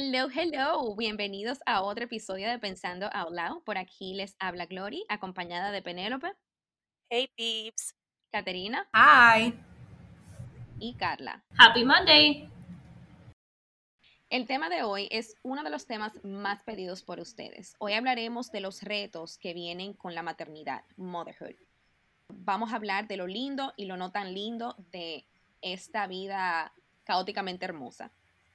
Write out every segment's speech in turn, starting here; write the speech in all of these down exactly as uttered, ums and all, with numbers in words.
Hello, hello. Bienvenidos a otro episodio de Pensando Out Loud. Por aquí les habla Glory, acompañada de Penélope, Hey peeps. Caterina Hi. y Carla. Happy Monday. El tema de hoy es uno de los temas más pedidos por ustedes. Hoy hablaremos de los retos que vienen con la maternidad, motherhood. Vamos a hablar de lo lindo y lo no tan lindo de esta vida caóticamente hermosa.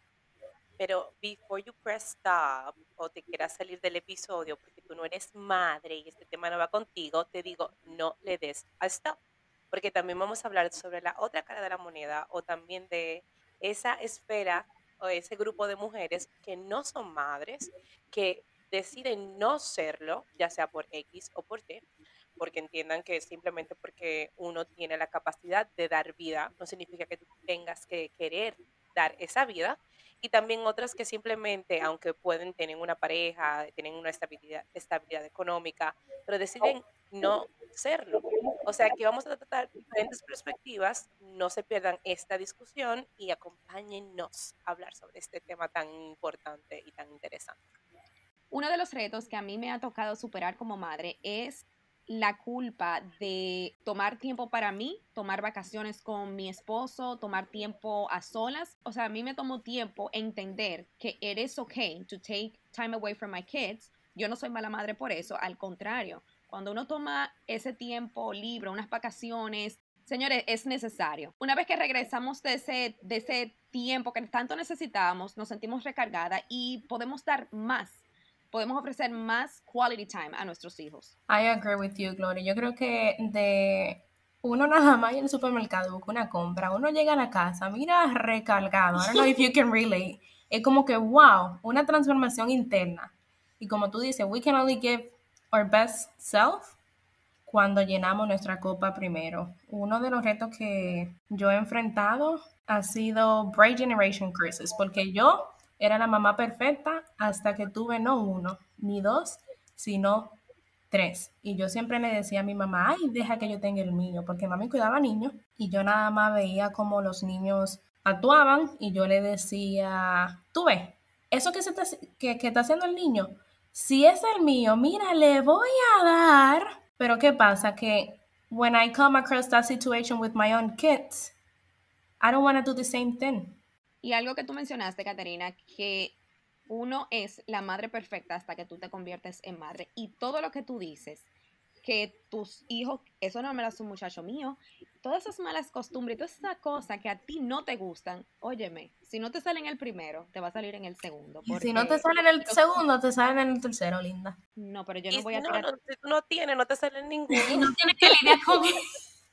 Pero before you press stop o te quieras salir del episodio porque tú no eres madre y este tema no va contigo, te digo, no le des a stop. Porque también vamos a hablar sobre la otra cara de la moneda o también de esa esfera o ese grupo de mujeres que no son madres, que deciden no serlo, ya sea por X o por Y, porque entiendan que simplemente porque uno tiene la capacidad de dar vida, no significa que tú tengas que querer dar esa vida. Y también otras que simplemente, aunque pueden tener una pareja, tienen una estabilidad, estabilidad económica, pero deciden no serlo. O sea que vamos a tratar diferentes perspectivas, no se pierdan esta discusión y acompáñennos a hablar sobre este tema tan importante y tan interesante. Uno de los retos que a mí me ha tocado superar como madre es la culpa de tomar tiempo para mí, tomar vacaciones con mi esposo, tomar tiempo a solas. O sea, a mí me tomó tiempo entender que it is okay to take time away from my kids. Yo no soy mala madre por eso, al contrario. Cuando uno toma ese tiempo libre, unas vacaciones, señores, es necesario. Una vez que regresamos de ese, de ese tiempo que tanto necesitábamos, nos sentimos recargada y podemos dar más. Podemos ofrecer más quality time a nuestros hijos. I agree with you, Gloria. Yo creo que de uno nada más en el supermercado busca una compra, uno llega a la casa, mira recargado. I don't know if you can relate. Es como que, wow, una transformación interna. Y como tú dices, we can only give our best self cuando llenamos nuestra copa primero. Uno de los retos que yo he enfrentado ha sido Bright Generation Crisis, porque yo era la mamá perfecta hasta que tuve no uno, ni dos, sino tres. Y yo siempre le decía a mi mamá, ay, deja que yo tenga el mío, porque mami cuidaba niños y yo nada más veía cómo los niños actuaban y yo le decía, tú ves, eso que, se está, que, que está haciendo el niño, si es el mío, mira, le voy a dar. Pero ¿qué pasa? Que when I come across that situation with my own kids, I don't want to do the same thing. Y algo que tú mencionaste, Caterina, que uno es la madre perfecta hasta que tú te conviertes en madre. Y todo lo que tú dices, que tus hijos, eso no me lo hace un muchacho mío, todas esas malas costumbres, todas esas cosas que a ti no te gustan, óyeme, si no te sale en el primero, te va a salir en el segundo. Y si no te sale en el segundo, te sale en el tercero, linda. No, pero yo y no voy si a no, tirar... no, si tú no tienes, no te sale ninguno. Y no tienes que lidiar con eso.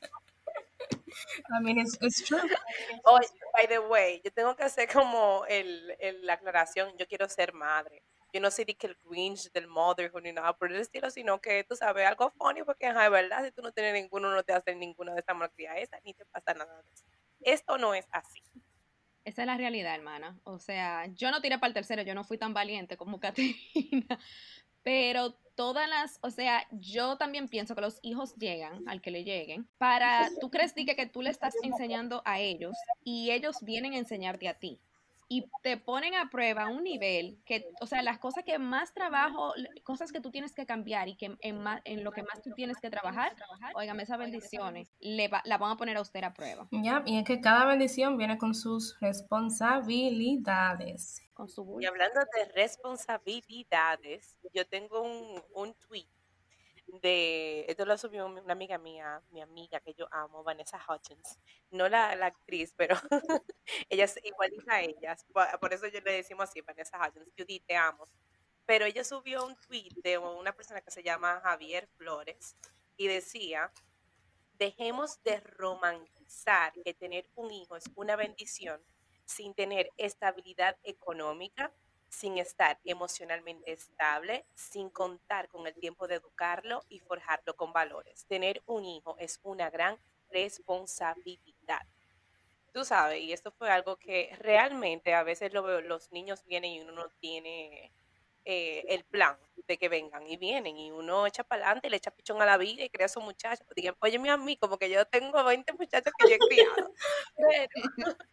I mean, it's, it's true. Oh, by the way, yo tengo que hacer como el, el, la aclaración, yo quiero ser madre. Yo no soy de que el Grinch del motherhood ni nada por el estilo, sino que tú sabes, algo funny, porque ajá, verdad, si tú no tienes ninguno, no te hacen ninguna de estas malcriadas esa, ni te pasa nada de eso. Esto no es así. Esa es la realidad, hermana. O sea, yo no tiré para el tercero, yo no fui tan valiente como Caterina, pero todas las, o sea, yo también pienso que los hijos llegan, al que le lleguen, para, tú crees que, que tú le estás enseñando a ellos y ellos vienen a enseñarte a ti. Y te ponen a prueba un nivel que, o sea, las cosas que más trabajo, cosas que tú tienes que cambiar y que en, más, en lo que más tú tienes que trabajar, óigame, esas bendiciones, le va, la van a poner a usted a prueba. Ya, y es que cada bendición viene con sus responsabilidades. Con su Y bulto. hablando de responsabilidades, yo tengo un, un tweet de, esto lo subió una amiga mía, mi amiga que yo amo, Vanessa Hudgens, no la, la actriz, pero ella es igualita a ellas, por, por eso yo le decimos así, Vanessa Hudgens, Judy, te amo. Pero ella subió un tweet de una persona que se llama Javier Flores y decía, dejemos de romantizar que tener un hijo es una bendición sin tener estabilidad económica, sin estar emocionalmente estable, sin contar con el tiempo de educarlo y forjarlo con valores. Tener un hijo es una gran responsabilidad. Tú sabes, y esto fue algo que realmente a veces lo veo, los niños vienen y uno no tiene eh, el plan de que vengan y vienen y uno echa para adelante y le echa pichón a la vida y crea a su muchacho. Digan, óyeme a mí, como que yo tengo veinte muchachos que yo he criado. Pero,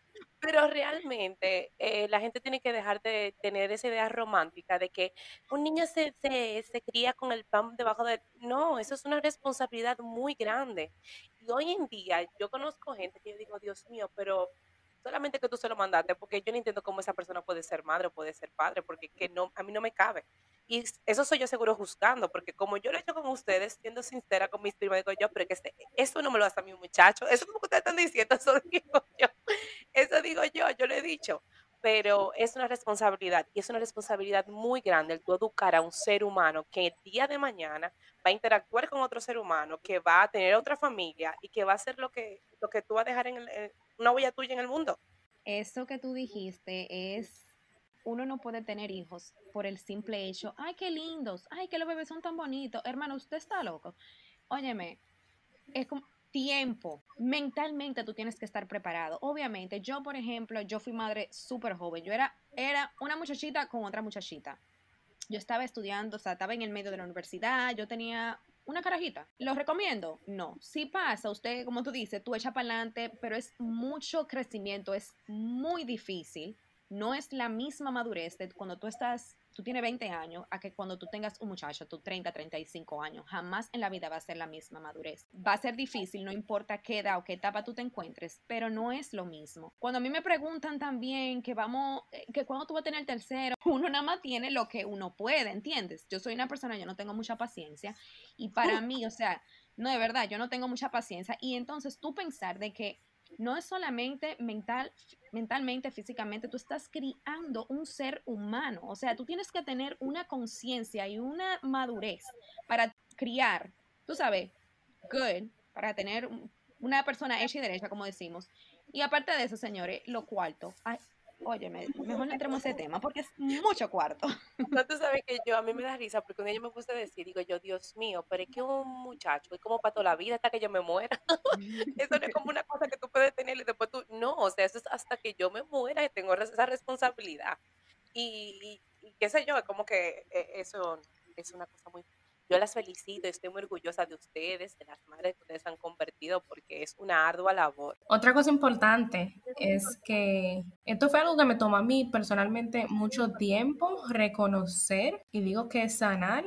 Pero realmente eh, la gente tiene que dejar de tener esa idea romántica de que un niño se, se, se cría con el pan debajo de... No, eso es una responsabilidad muy grande. Y hoy en día yo conozco gente que yo digo, Dios mío, pero solamente que tú se lo mandaste, porque yo no entiendo cómo esa persona puede ser madre o puede ser padre, porque que no, a mí no me cabe. Y s- eso soy yo seguro juzgando, porque como yo lo he hecho con ustedes, siendo sincera con mis primas, digo yo, pero que este- eso no me lo hace a mi muchacho, eso es lo que ustedes están diciendo, eso digo yo. Eso digo yo, yo lo he dicho, pero es una responsabilidad y es una responsabilidad muy grande el tú educar a un ser humano que el día de mañana va a interactuar con otro ser humano, que va a tener otra familia y que va a hacer lo que, lo que tú vas a dejar en el- en una huella tuya en el mundo. Eso que tú dijiste es, uno no puede tener hijos por el simple hecho, ay, qué lindos, ay, que los bebés son tan bonitos, hermano, usted está loco. Óyeme, es como tiempo, mentalmente tú tienes que estar preparado. Obviamente, yo, por ejemplo, yo fui madre súper joven, yo era, era una muchachita con otra muchachita. Yo estaba estudiando, o sea, estaba en el medio de la universidad, yo tenía una carajita. ¿Lo recomiendo? No. Si pasa, usted, como tú dices, tú echa para adelante, pero es mucho crecimiento, es muy difícil. No es la misma madurez de cuando tú estás, tú tienes veinte años, a que cuando tú tengas un muchacho, tú treinta, treinta y cinco años. Jamás en la vida va a ser la misma madurez. Va a ser difícil, no importa qué edad o qué etapa tú te encuentres, pero no es lo mismo. Cuando a mí me preguntan también que vamos, eh, que cuando tú vas a tener el tercero, uno nada más tiene lo que uno puede, ¿entiendes? Yo soy una persona, yo no tengo mucha paciencia y para mí, o sea, no, de verdad, yo no tengo mucha paciencia y entonces tú pensar de que no es solamente mental, mentalmente, físicamente, tú estás criando un ser humano, o sea, tú tienes que tener una conciencia y una madurez para criar, tú sabes, good, para tener un- una persona hecha y derecha, como decimos. Y aparte de eso, señores, lo cuarto, ay, óyeme, mejor no entremos en ese tema porque es mucho cuarto. No, tú sabes que yo, a mí me da risa porque un día yo me puse a decir, digo yo, Dios mío, pero es que un muchacho es como para toda la vida hasta que yo me muera. Eso no es como una cosa que tú puedes tener y después tú, no, o sea, eso es hasta que yo me muera y tengo res- esa responsabilidad. Y, y, y qué sé yo, es como que eh, eso es una cosa muy... Yo las felicito, estoy muy orgullosa de ustedes, de las madres que ustedes han convertido, porque es una ardua labor. Otra cosa importante es que esto fue algo que me tomó a mí personalmente mucho tiempo reconocer, y digo que es sanar,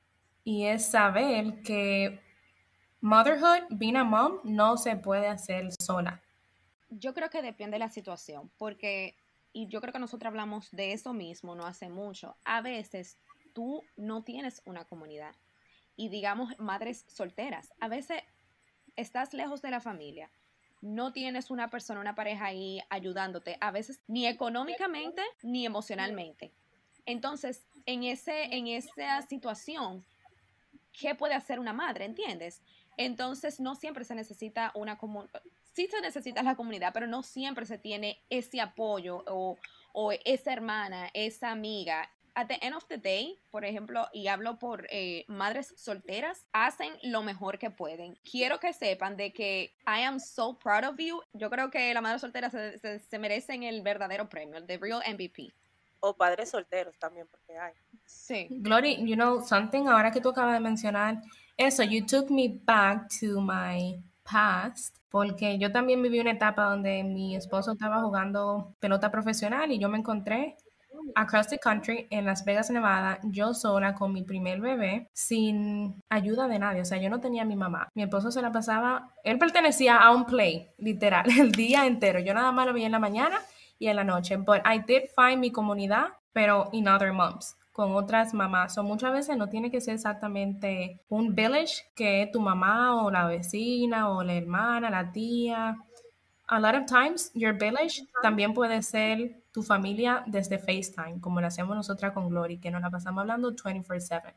y es saber que motherhood, being a mom, no se puede hacer sola. Yo creo que depende de la situación, porque, y yo creo que nosotros hablamos de eso mismo no hace mucho, a veces tú no tienes una comunidad y digamos madres solteras, a veces estás lejos de la familia, no tienes una persona, una pareja ahí ayudándote, a veces ni económicamente ni emocionalmente. Entonces, en, ese, en esa situación, ¿qué puede hacer una madre? ¿Entiendes? Entonces, no siempre se necesita una comunidad, sí se necesita la comunidad, pero no siempre se tiene ese apoyo o, o esa hermana, esa amiga. At the end of the day, por ejemplo, y hablo por eh, madres solteras, hacen lo mejor que pueden. Quiero que sepan de que I am so proud of you. Yo creo que la madre soltera se, se, se merecen el verdadero premio, el de Real M V P. O padres solteros también, porque hay. Sí. Glory, you know something, ahora que tú acabas de mencionar eso, you took me back to my past, porque yo también viví una etapa donde mi esposo estaba jugando pelota profesional y yo me encontré across the country en Las Vegas, Nevada, yo sola con mi primer bebé, sin ayuda de nadie. O sea, yo no tenía a mi mamá. Mi esposo se la pasaba, él pertenecía a un play, literal, el día entero. Yo nada más lo veía en la mañana y en la noche. But I did find mi comunidad, pero in other moms, con otras mamás. O muchas veces no tiene que ser exactamente un village, que es tu mamá o la vecina o la hermana, la tía. A lot of times, your village también puede ser tu familia desde FaceTime, como lo hacemos nosotras con Glory, que nos la pasamos hablando veinticuatro siete.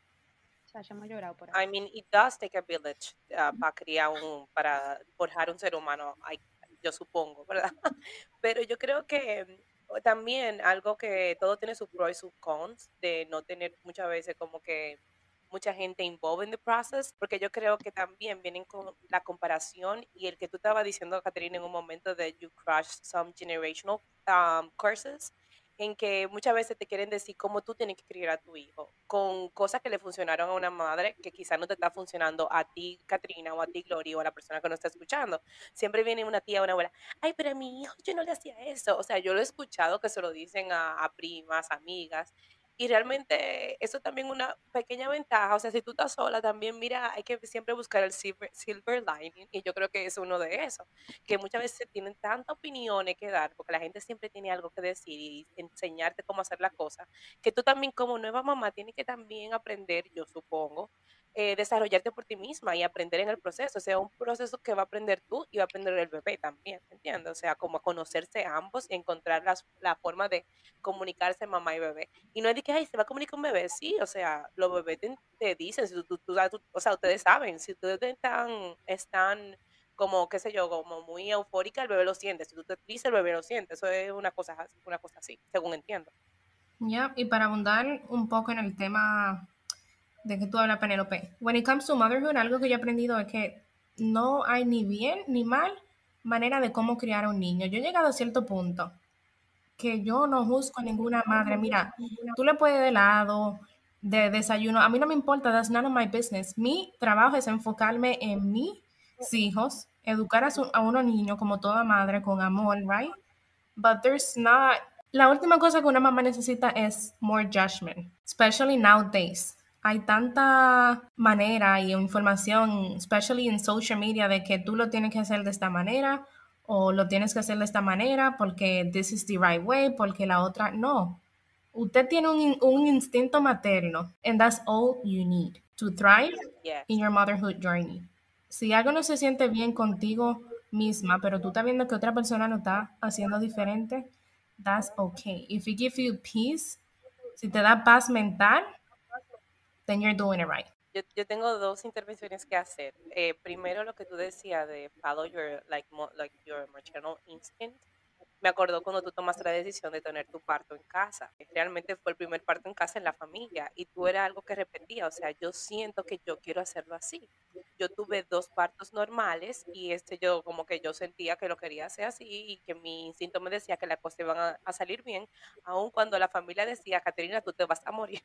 Chacha, hemos llorado por I ahí. mean, it does take a village uh, para criar un, para forjar un ser humano, I- yo supongo, ¿verdad? Pero yo creo que mm, también algo que todo tiene sus pros y sus cons, de no tener muchas veces como que mucha gente involved in the process, porque yo creo que también vienen con la comparación y el que tú estabas diciendo, Caterina, en un momento de you crush some generational um, curses, en que muchas veces te quieren decir cómo tú tienes que criar a tu hijo, con cosas que le funcionaron a una madre que quizás no te está funcionando a ti, Katrina, o a ti, Glory, o a la persona que nos está escuchando. Siempre viene una tía o una abuela, ay, pero a mi hijo yo no le hacía eso. O sea, yo lo he escuchado que se lo dicen a, a primas, amigas, y realmente eso también es una pequeña ventaja. O sea, si tú estás sola también, mira, hay que siempre buscar el silver, silver lining, y yo creo que es uno de esos, que muchas veces tienen tantas opiniones que dar, porque la gente siempre tiene algo que decir y enseñarte cómo hacer las cosas, que tú también como nueva mamá tienes que también aprender, yo supongo, eh, desarrollarte por ti misma y aprender en el proceso. O sea, un proceso que va a aprender tú y va a aprender el bebé también, ¿entiendes? O sea, como a conocerse ambos y encontrar las, la forma de comunicarse mamá y bebé. Y no es de que, ay, se va a comunicar un bebé, sí, o sea, los bebés te, te dicen, si tú, tú- tú- tú- o sea, ustedes saben, si ustedes están, están como, qué sé yo, como muy eufórica, el bebé lo siente. Si tú te triste, el bebé lo siente. Eso es una cosa, as- una cosa así, según entiendo. Ya, y para abundar un poco en el tema de que tú hablas, Penélope, when it comes to motherhood, algo que yo he aprendido es que no hay ni bien ni mal manera de cómo criar a un niño. Yo he llegado a cierto punto que yo no juzgo a ninguna madre. Mira, tú le puedes de helado, de desayuno, a mí no me importa, that's none of my business. Mi trabajo es enfocarme en mis hijos, educar a, su, a unos niños como toda madre con amor, right? But there's not, la última cosa que una mamá necesita es more judgment, especially nowadays. Hay tanta manera y información, especially en social media, de que tú lo tienes que hacer de esta manera o lo tienes que hacer de esta manera porque this is the right way, porque la otra no. Usted tiene un, un instinto materno and that's all you need to thrive Yes. in your motherhood journey. Si algo no se siente bien contigo misma, pero tú estás viendo que otra persona lo está haciendo diferente, that's okay. If it gives you peace, si te da paz mental, then you're doing it right. Yo, yo tengo dos intervenciones que hacer. Eh, primero, lo que tú decías de follow your, like, mo- like your maternal instinct. Me acordó cuando tú tomaste la decisión de tener tu parto en casa. Realmente fue el primer parto en casa en la familia y tú era algo que repetía. O sea, yo siento que yo quiero hacerlo así. Yo tuve dos partos normales y este yo como que yo sentía que lo quería hacer así y que mi instinto me decía que las cosas iban a, a salir bien, aun cuando la familia decía, Caterina, tú te vas a morir.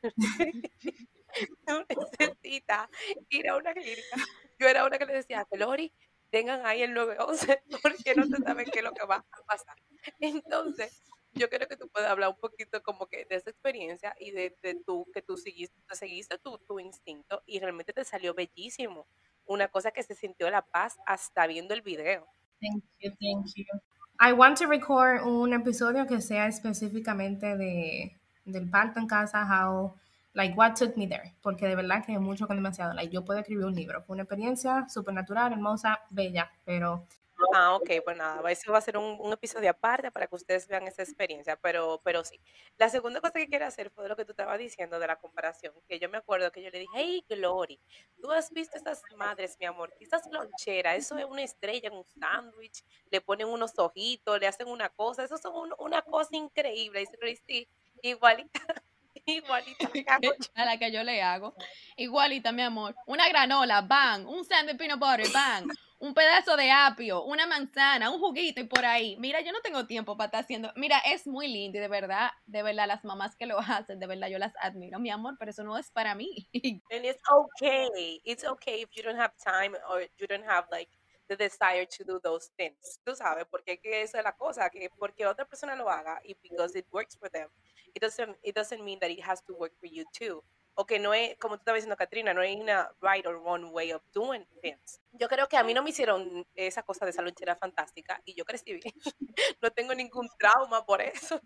Tú necesitas ir a una clínica. Yo era una que le decía, Glory, tengan ahí el nueve once porque no se sabe qué es lo que va a pasar. Entonces, yo creo que tú puedes hablar un poquito como que de esa experiencia y de, de tú, que tú seguiste, tú seguiste tu, tu instinto y realmente te salió bellísimo. Una cosa que se sintió la paz hasta viendo el video. Thank you, thank you. I want to record un episodio que sea específicamente de del parto en casa, how, like, what took me there, porque de verdad que es mucho con demasiado. Like, yo puedo escribir un libro. Fue una experiencia súper natural, hermosa, bella, pero Ah, ok, pues nada, va- eso va a ser un, un episodio aparte para que ustedes vean esa experiencia, pero, pero sí. La segunda cosa que quiero hacer fue lo que tú estabas diciendo de la comparación, que yo me acuerdo que yo le dije, hey, Glory, tú has visto esas madres, mi amor, que esas loncheras, eso es una estrella en un sándwich, le ponen unos ojitos, le hacen una cosa, eso son un- una cosa increíble. Y dice, Glory, sí, igualita, igualita la hago yo. A la que yo le hago. Igualita, mi amor. Una granola, bang. Un sándwich peanut butter, bang. Un pedazo de apio, una manzana, un juguito y por ahí. Mira, yo no tengo tiempo para estar haciendo. Mira, es muy lindo y de verdad, de verdad, las mamás que lo hacen, de verdad, yo las admiro, mi amor, pero eso no es para mí. And it's okay. It's okay if you don't have time or you don't have like the desire to do those things. Tú sabes, porque que esa es la cosa, que porque otra persona lo haga y because it works for them, it doesn't it doesn't mean that it has to work for you too. O que no es, como tú estabas diciendo, Katrina, no hay una right or wrong way of doing things. Yo creo que a mí no me hicieron esa cosa de esa lonchera fantástica y yo crecí bien. No tengo ningún trauma por eso.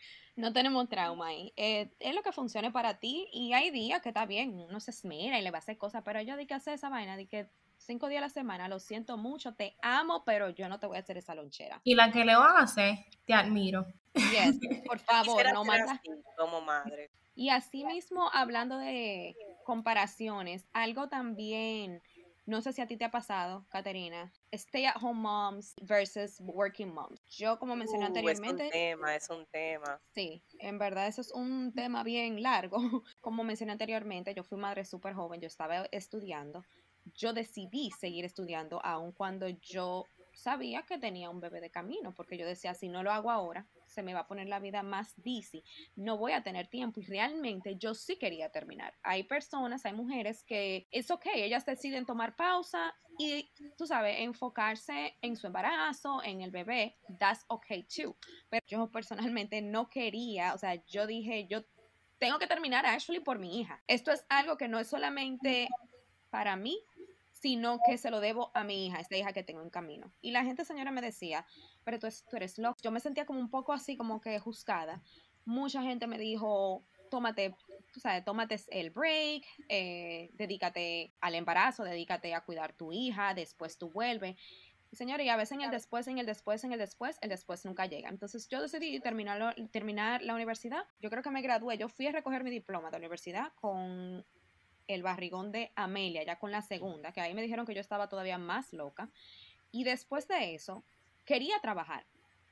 No tenemos trauma ahí. Eh, es lo que funcione para ti y hay días que está bien, uno se esmera y le va a hacer cosas, pero yo di que hacer esa vaina, di que cinco días a la semana, lo siento mucho, te amo, pero yo no te voy a hacer esa lonchera. y la que le hace, te admiro. Yes, por Yo favor, quisiera no ser mata. así como madre. Y así mismo, hablando de comparaciones, algo también, no sé si a ti te ha pasado, Caterina, stay at home moms versus working moms. Yo, como mencioné Uh, es un anteriormente, tema, es un tema. sí, en verdad eso es un tema bien largo. Como mencioné anteriormente, yo fui madre súper joven, yo estaba estudiando. Yo decidí seguir estudiando aun cuando yo sabía que tenía un bebé de camino, porque yo decía, si no lo hago ahora, se me va a poner la vida más difícil, no voy a tener tiempo, y realmente yo sí quería terminar. Hay personas, hay mujeres que es ok, ellas deciden tomar pausa y, tú sabes, enfocarse en su embarazo, en el bebé, that's okay too, pero yo personalmente no quería, o sea, yo dije, yo tengo que terminar actually por mi hija. Esto es algo que no es solamente para mí, sino que se lo debo a mi hija, esta hija que tengo en camino. Y la gente, señora, me decía, pero tú, tú eres loca. Yo me sentía como un poco así, como que juzgada. Mucha gente me dijo, tómate, tú sabes, tómate el break, eh, dedícate al embarazo, dedícate a cuidar tu hija, después tú vuelves. Y señora, y a veces en el después, en el después, en el después, el después nunca llega. Entonces yo decidí terminar, terminar la universidad. Yo creo que me gradué. Yo fui a recoger mi diploma de la universidad con el barrigón de Amelia, ya con la segunda, que ahí me dijeron que yo estaba todavía más loca. Y después de eso, quería trabajar.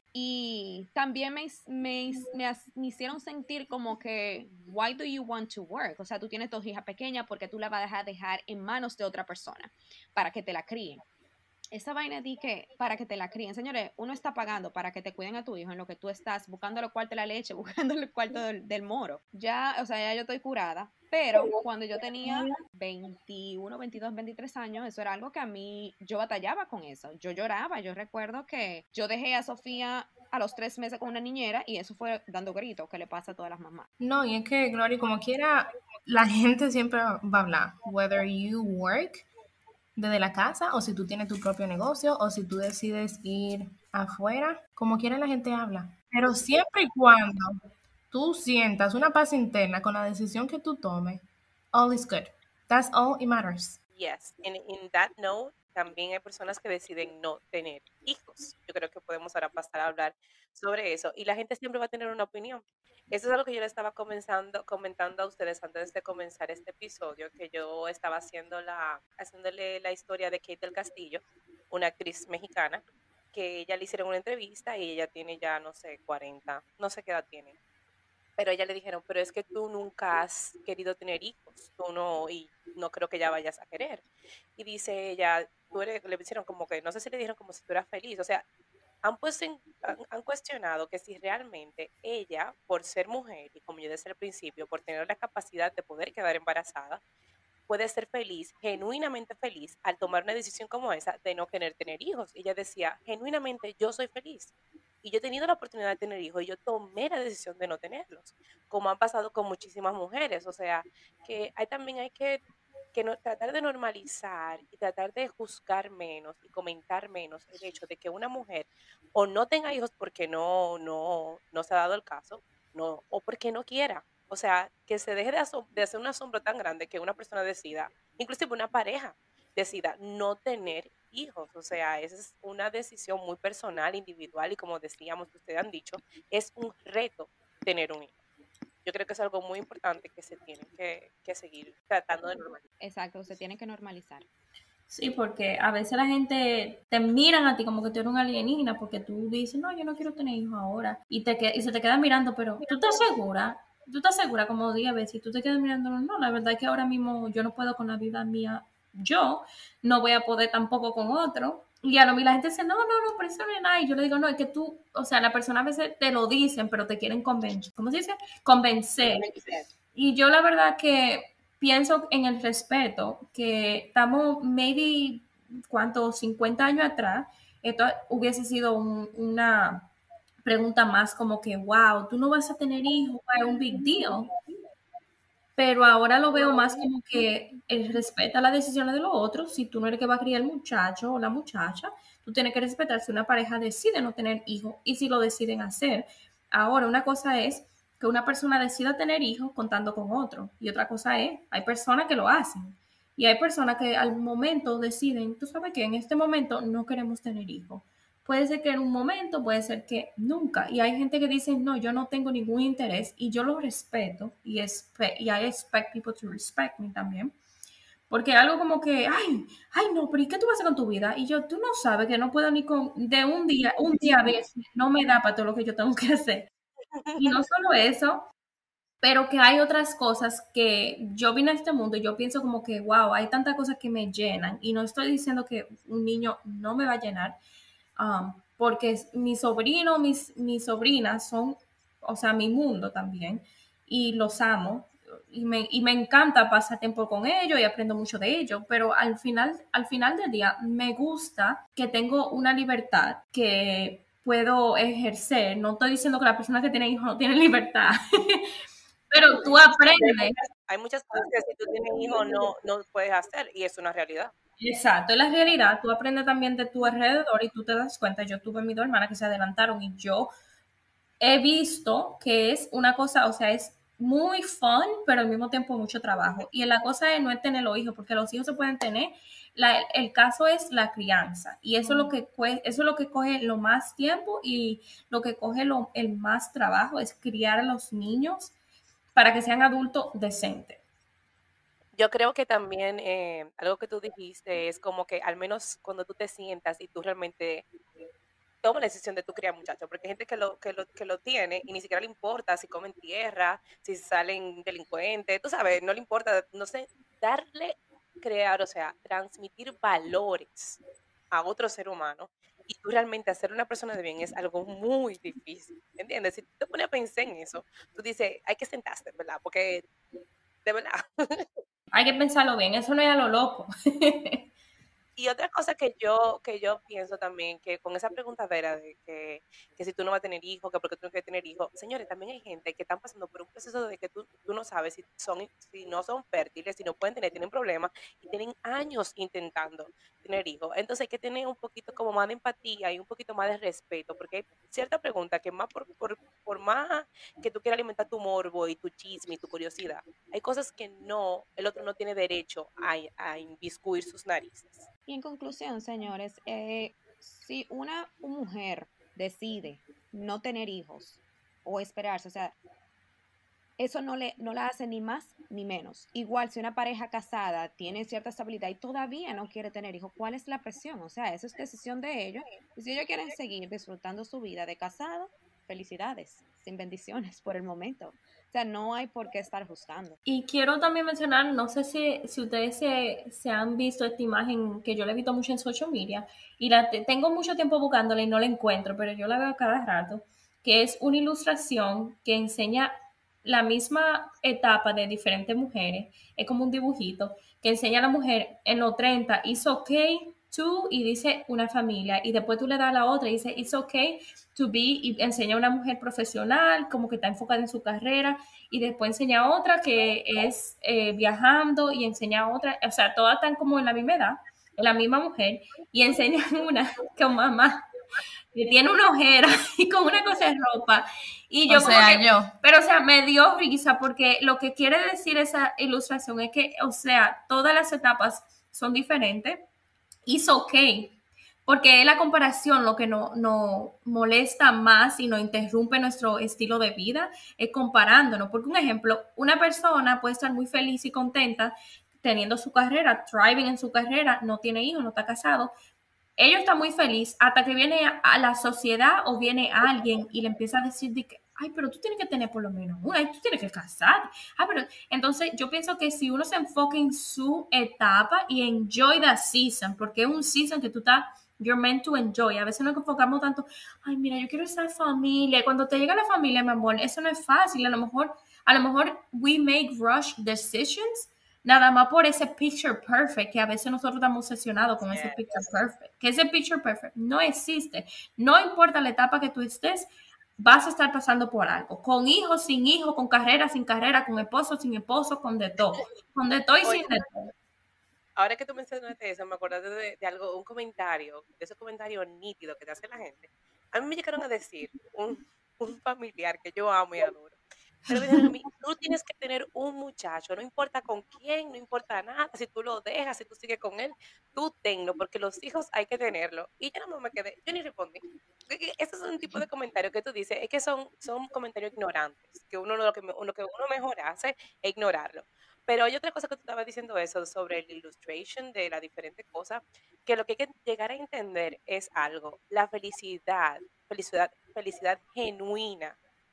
Y también me, me, me, me hicieron sentir como que, why do you want to work? O sea, tú tienes tu hija pequeña porque tú la vas a dejar, dejar en manos de otra persona para que te la críen. Esa vaina di que para que te la críen, señores, uno está pagando para que te cuiden a tu hijo en lo que tú estás buscando los cuartos de la leche, buscando el cuarto del, del moro. Ya, o sea, ya yo estoy curada, pero cuando yo tenía veintiuno, veintidós, veintitrés años, eso era algo que a mí, yo batallaba con eso, yo lloraba, yo recuerdo que yo dejé a Sofía a los tres meses con una niñera y eso fue dando gritos que le pasa a todas las mamás. No, y es que, Glory, como quiera, la gente siempre va a hablar, whether you work desde la casa o si tú tienes tu propio negocio o si tú decides ir afuera, como quiera la gente habla. Pero siempre y cuando tú sientas una paz interna con la decisión que tú tomes, all is good. That's all it matters. Yes, and in that note, también hay personas que deciden no tener hijos. Yo creo que podemos ahora pasar a hablar sobre eso. Y la gente siempre va a tener una opinión. Eso es algo que yo le estaba comenzando, comentando a ustedes antes de comenzar este episodio, que yo estaba haciendo la, haciéndole la historia de Kate del Castillo, una actriz mexicana, que ella le hicieron una entrevista y ella tiene ya, no sé, cuarenta, no sé qué edad tiene. Pero a ella le dijeron, pero es que tú nunca has querido tener hijos, tú no, y no creo que ya vayas a querer. Y dice ella, tú eres, le hicieron como que, no sé si le dijeron como si tú eras feliz, o sea, han, puesto en- han, han cuestionado que si realmente ella, por ser mujer, y como yo desde el principio, por tener la capacidad de poder quedar embarazada, puede ser feliz, genuinamente feliz, al tomar una decisión como esa de no querer tener hijos. Ella decía, genuinamente yo soy feliz. Y yo he tenido la oportunidad de tener hijos y yo tomé la decisión de no tenerlos, como han pasado con muchísimas mujeres. O sea, que hay, también hay que, que no, tratar de normalizar y tratar de juzgar menos y comentar menos el hecho de que una mujer o no tenga hijos porque no, no, no se ha dado el caso, no, o porque no quiera. O sea, que se deje de, asom- de hacer un asombro tan grande que una persona decida, inclusive una pareja, decida no tener hijos. O sea, esa es una decisión muy personal, individual y como decíamos, que ustedes han dicho, es un reto tener un hijo. Yo creo que es algo muy importante que se tiene que, que seguir tratando de normalizar. Exacto, se tiene que normalizar. Sí, porque a veces la gente te miran a ti como que tú eres un alienígena porque tú dices, no, yo no quiero tener hijos ahora. Y, te, que- y se te queda mirando, pero ¿tú estás segura? ¿Tú estás segura? Como diez veces, y tú te quedas mirando, no, la verdad es que ahora mismo yo no puedo con la vida mía. Yo no voy a poder tampoco con otro. Y a lo mejor la gente dice, no, no, no, pero eso no es nada. Y yo le digo, no, es que tú, o sea, la persona a veces te lo dicen, pero te quieren convencer. ¿Cómo se dice? Convencer. Y yo la verdad que pienso en el respeto, que estamos, maybe, ¿cuántos? cincuenta años atrás, esto hubiese sido un- una pregunta más como que, wow, tú no vas a tener hijos, es un big deal. Pero ahora lo veo más como que él respeta las decisiones de los otros. Si tú no eres que va a criar el muchacho o la muchacha, tú tienes que respetar si una pareja decide no tener hijos y si lo deciden hacer. Ahora, una cosa es que una persona decida tener hijos contando con otro y otra cosa es, hay personas que lo hacen y hay personas que al momento deciden, tú sabes que en este momento no queremos tener hijos. Puede ser que en un momento, puede ser que nunca. Y hay gente que dice, no, yo no tengo ningún interés y yo lo respeto y, espe y I expect people to respect me también. Porque algo como que, ay, ay, no, pero ¿y qué tú vas a hacer con tu vida? Y yo, tú no sabes que no puedo ni con, de un día, un día a veces, no me da para todo lo que yo tengo que hacer. Y no solo eso, pero que hay otras cosas que yo vine a este mundo y yo pienso como que, wow, hay tantas cosas que me llenan y no estoy diciendo que un niño no me va a llenar, um, porque mi sobrino, mis, mis sobrinas son, o sea, mi mundo también, y los amo, y me, y me encanta pasar tiempo con ellos y aprendo mucho de ellos, pero al final, al final del día me gusta que tengo una libertad que puedo ejercer. No estoy diciendo que la persona que tiene hijos no tiene libertad, pero tú aprendes. Hay muchas cosas que si tú tienes hijos no, no puedes hacer y es una realidad. Exacto, es la realidad. Tú aprendes también de tu alrededor y tú te das cuenta. Yo tuve mis dos hermanas que se adelantaron y yo he visto que es una cosa, o sea, es muy fun, pero al mismo tiempo mucho trabajo. Y la cosa es no es tener los hijos, porque los hijos se pueden tener. La, el caso es la crianza y eso es lo que eso es lo que coge lo más tiempo y lo que coge lo, el más trabajo es criar a los niños para que sean adultos decentes. Yo creo que también eh, algo que tú dijiste es como que al menos cuando tú te sientas y tú realmente tomas la decisión de tú criar muchachos, porque hay gente que lo, que, lo, que lo tiene y ni siquiera le importa si comen tierra, si salen delincuentes, tú sabes, no le importa, no sé, darle, crear, o sea, transmitir valores a otro ser humano y tú realmente hacer una persona de bien es algo muy difícil, ¿entiendes? Si tú te pones a pensar en eso, tú dices, hay que sentarse, ¿verdad? Porque, de verdad. Hay que pensarlo bien, eso no es a lo loco. Y otra cosa que yo, que yo pienso también, que con esa preguntadera de que, que si tú no vas a tener hijos, que porque tú no quieres tener hijos, señores, también hay gente que están pasando por un proceso de que tú, tú no sabes si, son, si no son fértiles, si no pueden tener, tienen problemas y tienen años intentando tener hijos. Entonces hay que tener un poquito como más de empatía y un poquito más de respeto, porque hay cierta pregunta que más por, por, por más que tú quieras alimentar tu morbo y tu chisme y tu curiosidad, hay cosas que no, el otro no tiene derecho a, a inviscuir sus narices. Y en conclusión, señores, eh, si una mujer decide no tener hijos o esperarse, o sea, eso no, le, no la hace ni más ni menos. Igual, si una pareja casada tiene cierta estabilidad y todavía no quiere tener hijos, ¿cuál es la presión? O sea, eso es decisión de ellos. Y si ellos quieren seguir disfrutando su vida de casado, felicidades, sin bendiciones por el momento. O sea, no hay por qué estar juzgando. Y quiero también mencionar, no sé si, si ustedes se, se han visto esta imagen que yo la he visto mucho en social media y la te, tengo mucho tiempo buscándola y no la encuentro, pero yo la veo cada rato, que es una ilustración que enseña la misma etapa de diferentes mujeres, es como un dibujito, que enseña a la mujer en los treinta, it's okay to, y dice una familia, y después tú le das a la otra y dice, it's okay to be, y enseña a una mujer profesional, como que está enfocada en su carrera, y después enseña a otra que es eh, viajando, y enseña a otra, o sea, todas están como en la misma edad, la misma mujer, y enseña una con mamá, que tiene una ojera y con una cosa de ropa. Y yo o sea, como que, yo. pero o sea, me dio risa porque lo que quiere decir esa ilustración es que, o sea, todas las etapas son diferentes. It's okay. Porque es la comparación lo que nos no molesta más y nos interrumpe nuestro estilo de vida, es comparándonos. Porque un ejemplo, una persona puede estar muy feliz y contenta teniendo su carrera, thriving en su carrera, no tiene hijos, no está casado, ellos están muy felices hasta que viene a la sociedad o viene alguien y le empieza a decir de que, ay, pero tú tienes que tener por lo menos una, tú tienes que casar. Ah, pero entonces yo pienso que si uno se enfoca en su etapa y enjoy the season, porque es un season que tú estás, you're meant to enjoy. A veces nos enfocamos tanto, ay, mira, yo quiero esa familia. Y cuando te llega la familia, mi amor, eso no es fácil. A lo mejor, a lo mejor we make rush decisions nada más por ese picture perfect, que a veces nosotros estamos obsesionados con ese picture perfect, que ese picture perfect no existe. No importa la etapa que tú estés, vas a estar pasando por algo. Con hijos, sin hijos, con carrera, sin carrera, con esposo, sin esposo, con de todo. Con de todo y Oye, sin de todo. Ahora que tú mencionaste eso, me acordaste de, de algo, un comentario, de esos comentarios nítidos que te hace la gente. A mí me llegaron a decir un, un familiar que yo amo y adoro. Pero me dijeron a mí, tú tienes que tener un muchacho, no importa con quién, no importa nada, si tú lo dejas, si tú sigues con él, tú tenlo, porque los hijos hay que tenerlo. Y yo no me quedé, yo ni respondí. Ese es un tipo de comentario que tú dices, es que son, son comentarios ignorantes, que uno lo que, lo que uno mejor hace es ignorarlo. Pero hay otra cosa que tú estabas diciendo eso sobre el illustration de las diferentes cosas, que lo que hay que llegar a entender es algo, la felicidad, felicidad, felicidad genuina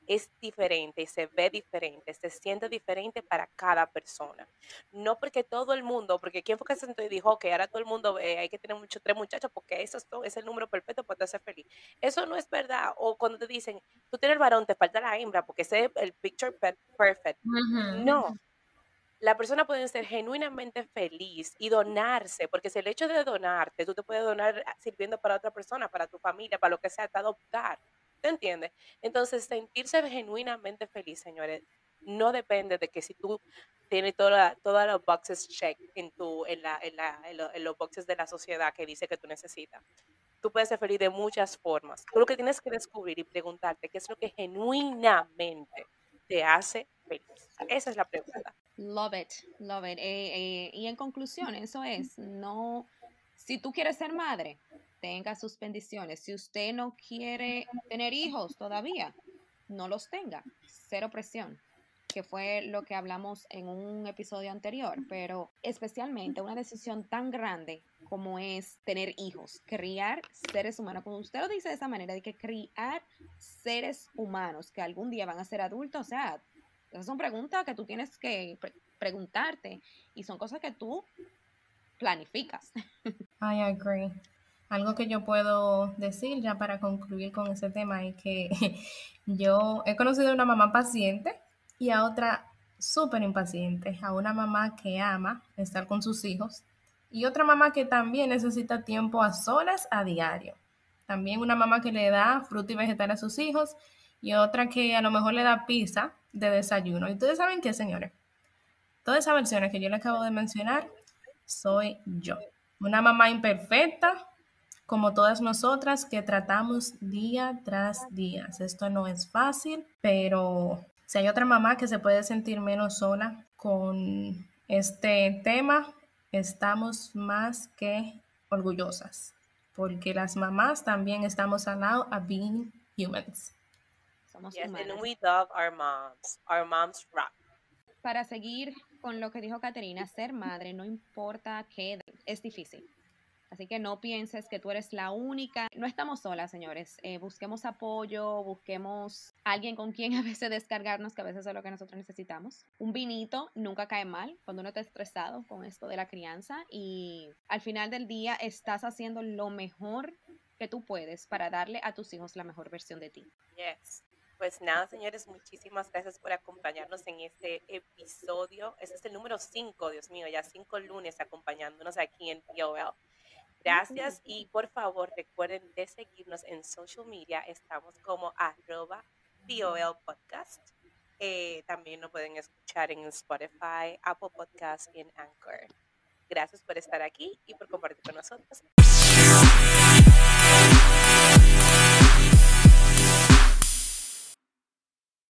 es diferente y se ve diferente, se siente diferente para cada persona. No porque todo el mundo, porque quién fue que se sentó y dijo, ok, ahora todo el mundo eh, hay que tener mucho, tres muchachos porque eso es, todo, es el número perfecto para te hacer feliz. Eso no es verdad. O cuando te dicen, tú tienes el varón, te falta la hembra porque ese es el picture pe- perfect. Ujú. No, la persona puede ser genuinamente feliz y donarse, porque si el hecho de donarte, tú te puedes donar ah, sirviendo para otra persona, para tu familia, para lo que sea, te adoptar. ¿Te entiendes? Entonces, sentirse genuinamente feliz, señores, no depende de que si tú tienes toda- todos los boxes check en, tu, en, la, en, la, en, lo- en los boxes de la sociedad que dice que tú necesitas. Tú puedes ser feliz de muchas formas. Tú lo que tienes que descubrir y preguntarte qué es lo que genuinamente te hace feliz. Esa es la pregunta. Love it, love it. Eh, eh, y en conclusión, eso es, no, si tú quieres ser madre, tenga sus bendiciones. Si usted no quiere tener hijos todavía, no los tenga. Cero presión, que fue lo que hablamos en un episodio anterior, pero especialmente una decisión tan grande como es tener hijos, criar seres humanos. Como usted lo dice de esa manera, de que criar seres humanos que algún día van a ser adultos, o sea, esas son preguntas que tú tienes que pre preguntarte y son cosas que tú planificas. I agree. Algo que yo puedo decir ya para concluir con ese tema es que yo he conocido a una mamá paciente y a otra súper impaciente, a una mamá que ama estar con sus hijos y otra mamá que también necesita tiempo a solas a diario. También una mamá que le da fruta y vegetal a sus hijos y otra que a lo mejor le da pizza de desayuno. ¿Y ustedes saben qué, señores? Todas esas versiones que yo le acabo de mencionar soy yo. Una mamá imperfecta, como todas nosotras, que tratamos día tras día. Esto no es fácil, pero si hay otra mamá que se puede sentir menos sola con este tema, estamos más que orgullosas, porque las mamás también estamos allowed a being humans. Somos Yes, and humanas. we love our moms. Our moms rock. Para seguir con lo que dijo Caterina, ser madre no importa qué, es difícil. Así que no pienses que tú eres la única. No estamos solas, señores. Eh, busquemos apoyo, busquemos alguien con quien a veces descargarnos, que a veces es lo que nosotros necesitamos. Un vinito nunca cae mal cuando uno está estresado con esto de la crianza y al final del día estás haciendo lo mejor que tú puedes para darle a tus hijos la mejor versión de ti. Yes. Pues nada, señores, muchísimas gracias por acompañarnos en este episodio. Este es el número cinco, Dios mío, ya cinco lunes acompañándonos aquí en P O L. Gracias y por favor recuerden de seguirnos en social media. Estamos como arroba P O L Podcast. Eh, también nos pueden escuchar en Spotify, Apple Podcast y en Anchor. Gracias por estar aquí y por compartir con nosotros.